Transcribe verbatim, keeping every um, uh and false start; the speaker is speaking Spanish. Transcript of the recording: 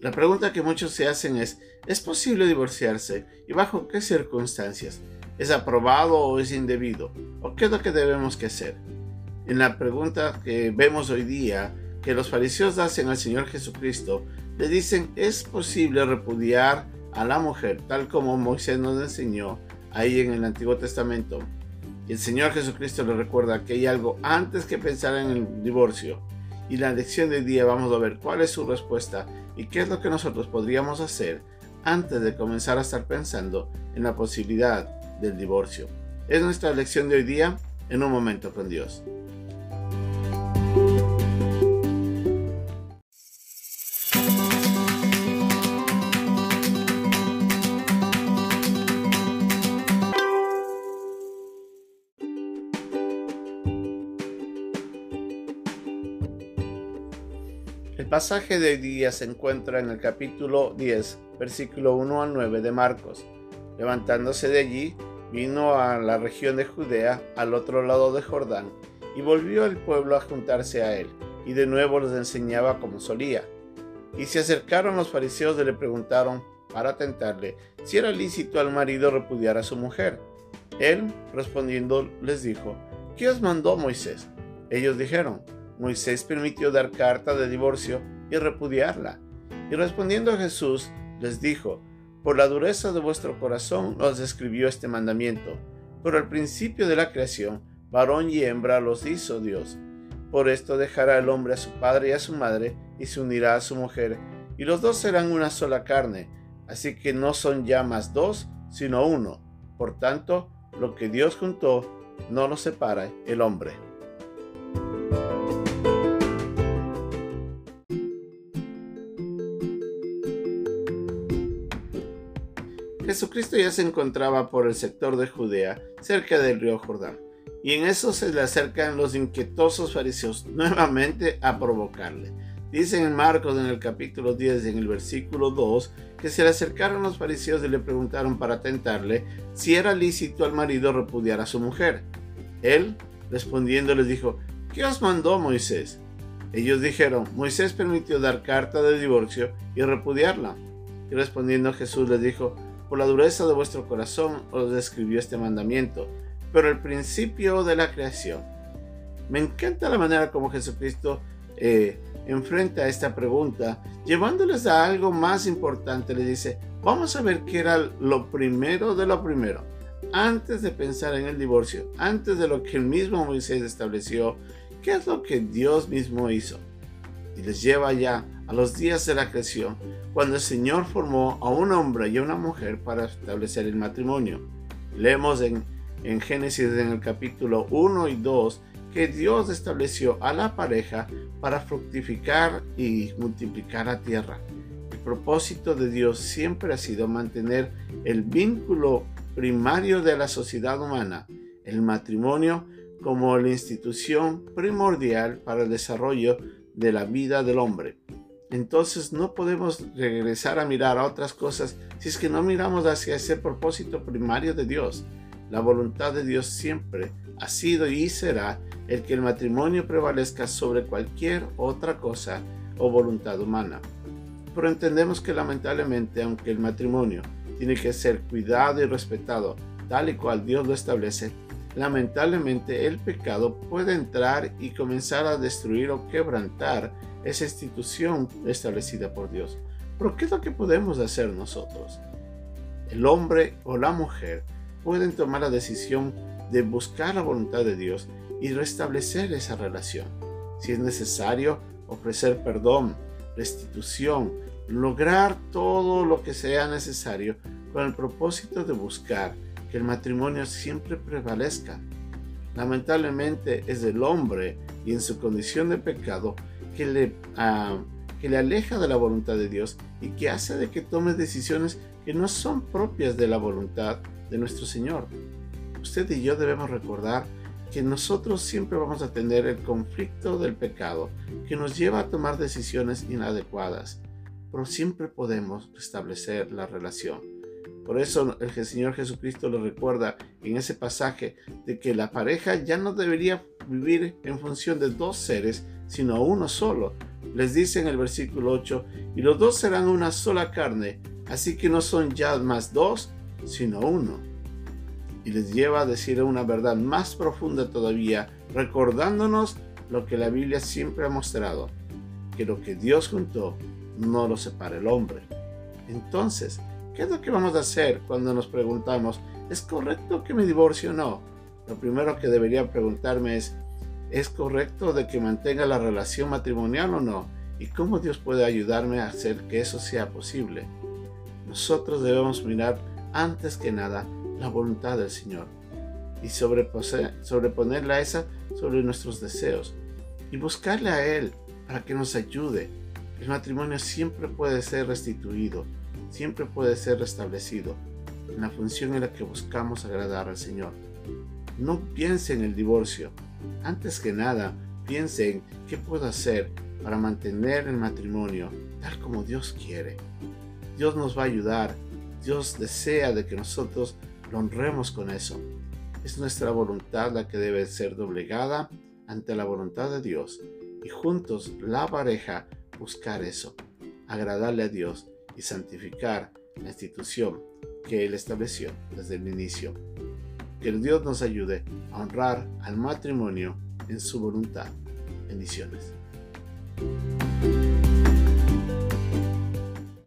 La pregunta que muchos se hacen es, ¿es posible divorciarse? ¿Y bajo qué circunstancias? ¿Es aprobado o es indebido? ¿O qué es lo que debemos que hacer? En la pregunta que vemos hoy día, que los fariseos hacen al Señor Jesucristo, le dicen, ¿es posible repudiar a la mujer tal como Moisés nos enseñó ahí en el Antiguo Testamento? Y el Señor Jesucristo le recuerda que hay algo antes que pensar en el divorcio. Y la lección de hoy día vamos a ver cuál es su respuesta y qué es lo que nosotros podríamos hacer antes de comenzar a estar pensando en la posibilidad del divorcio. Es nuestra lección de hoy día en Un Momento con Dios. El pasaje de hoy día se encuentra en el capítulo diez, versículo uno al nueve de Marcos. Levantándose de allí, vino a la región de Judea, al otro lado de Jordán, y volvió el pueblo a juntarse a él, y de nuevo les enseñaba como solía. Y se acercaron los fariseos y le preguntaron, para tentarle, si era lícito al marido repudiar a su mujer. Él, respondiendo, les dijo, ¿qué os mandó Moisés? Ellos dijeron, Moisés permitió dar carta de divorcio y repudiarla. Y respondiendo a Jesús, les dijo, por la dureza de vuestro corazón os escribió este mandamiento, pero al principio de la creación, varón y hembra los hizo Dios. Por esto dejará el hombre a su padre y a su madre, y se unirá a su mujer, y los dos serán una sola carne, así que no son ya más dos, sino uno. Por tanto, lo que Dios juntó, no lo separa el hombre. Jesucristo ya se encontraba por el sector de Judea, cerca del río Jordán, y en eso se le acercan los inquietosos fariseos nuevamente a provocarle. Dicen en Marcos en el capítulo diez, en el versículo dos, que se le acercaron los fariseos y le preguntaron para tentarle si era lícito al marido repudiar a su mujer. Él, respondiendo, les dijo, ¿qué os mandó Moisés? Ellos dijeron, Moisés permitió dar carta de divorcio y repudiarla. Y respondiendo Jesús les dijo, por la dureza de vuestro corazón os escribió este mandamiento, pero el principio de la creación. Me encanta la manera como Jesucristo eh, enfrenta esta pregunta, llevándoles a algo más importante. Le dice, vamos a ver qué era lo primero de lo primero, antes de pensar en el divorcio, antes de lo que el mismo Moisés estableció, qué es lo que Dios mismo hizo. Y les lleva ya a los días de la creación, cuando el Señor formó a un hombre y a una mujer para establecer el matrimonio. Leemos en, en Génesis en el capítulo uno y dos que Dios estableció a la pareja para fructificar y multiplicar la tierra. El propósito de Dios siempre ha sido mantener el vínculo primario de la sociedad humana, el matrimonio, como la institución primordial para el desarrollo de la vida del hombre. Entonces no podemos regresar a mirar a otras cosas si es que no miramos hacia ese propósito primario de Dios. La voluntad de Dios siempre ha sido y será el que el matrimonio prevalezca sobre cualquier otra cosa o voluntad humana. Pero entendemos que lamentablemente, aunque el matrimonio tiene que ser cuidado y respetado tal y cual Dios lo establece, lamentablemente el pecado puede entrar y comenzar a destruir o quebrantar esa institución establecida por Dios. Pero ¿qué es lo que podemos hacer nosotros? El hombre o la mujer pueden tomar la decisión de buscar la voluntad de Dios y restablecer esa relación. Si es necesario, ofrecer perdón, restitución, lograr todo lo que sea necesario con el propósito de buscar que el matrimonio siempre prevalezca. Lamentablemente es el hombre y en su condición de pecado que le, uh, que le aleja de la voluntad de Dios y que hace de que tome decisiones que no son propias de la voluntad de nuestro Señor. Usted y yo debemos recordar que nosotros siempre vamos a tener el conflicto del pecado que nos lleva a tomar decisiones inadecuadas, pero siempre podemos restablecer la relación. Por eso el Señor Jesucristo le recuerda en ese pasaje de que la pareja ya no debería vivir en función de dos seres, sino uno solo, Les dice en el versículo ocho, y los dos serán una sola carne, así que no son ya más dos, sino uno. Y les lleva a decir una verdad más profunda todavía, recordándonos lo que la Biblia siempre ha mostrado, que lo que Dios juntó no lo separa el hombre. Entonces, ¿qué es lo que vamos a hacer cuando nos preguntamos, ¿es correcto que me divorcie o no? Lo primero que debería preguntarme es, ¿es correcto de que mantenga la relación matrimonial o no? ¿Y cómo Dios puede ayudarme a hacer que eso sea posible? Nosotros debemos mirar antes que nada la voluntad del Señor y sobreponerla a esa sobre nuestros deseos y buscarle a Él para que nos ayude. El matrimonio siempre puede ser restituido, siempre puede ser restablecido en la función en la que buscamos agradar al Señor. No piense en el divorcio. Antes que nada, piense en qué puedo hacer para mantener el matrimonio tal como Dios quiere. Dios nos va a ayudar. Dios desea de que nosotros lo honremos con eso. Es nuestra voluntad la que debe ser doblegada ante la voluntad de Dios y juntos la pareja buscar eso, agradarle a Dios y santificar la institución que Él estableció desde el inicio. Que Dios nos ayude a honrar al matrimonio en su voluntad. Bendiciones.